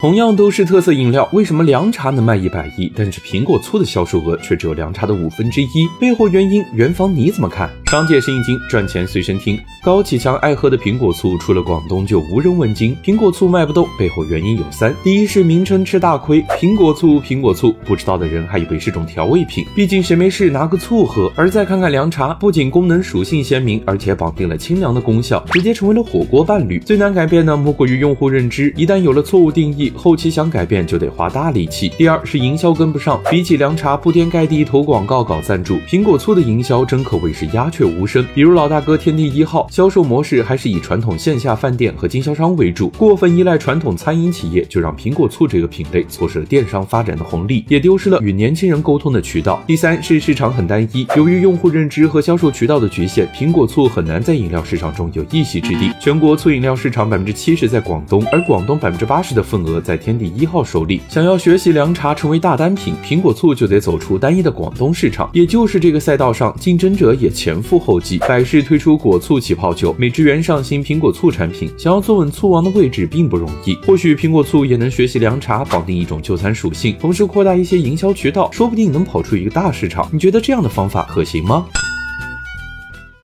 同样都是特色饮料，为什么凉茶能卖100亿，但是苹果醋的销售额却只有凉茶的1/5？背后原因，元芳你怎么看？商界生意经，赚钱随身听。高启强爱喝的苹果醋，除了广东就无人问津。苹果醋卖不动，背后原因有3：第一是名称吃大亏，苹果醋，不知道的人还以为是种调味品，毕竟谁没事拿个醋喝。而再看看凉茶，不仅功能属性鲜明，而且绑定了清凉的功效，直接成为了火锅伴侣。最难改变呢，莫过于用户认知，一旦有了错误定义，后期想改变就得花大力气。第二是营销跟不上，比起凉茶铺天盖地投广告搞赞助，苹果醋的营销真可谓是鸦雀无声。比如老大哥天地1号，销售模式还是以传统线下饭店和经销商为主，过分依赖传统餐饮企业，就让苹果醋这个品类错失了电商发展的红利，也丢失了与年轻人沟通的渠道。第三是市场很单一，由于用户认知和销售渠道的局限，苹果醋很难在饮料市场中有一席之地。全国醋饮料市场70%在广东，而广东80%的份额在天地1号手里。想要学习凉茶成为大单品，苹果醋就得走出单一的广东市场。也就是这个赛道上，竞争者也前赴后继，百事推出果醋起泡酒，美汁源上新苹果醋产品，想要坐稳醋王的位置并不容易。或许苹果醋也能学习凉茶，绑定一种就餐属性，同时扩大一些营销渠道，说不定能跑出一个大市场。你觉得这样的方法可行吗？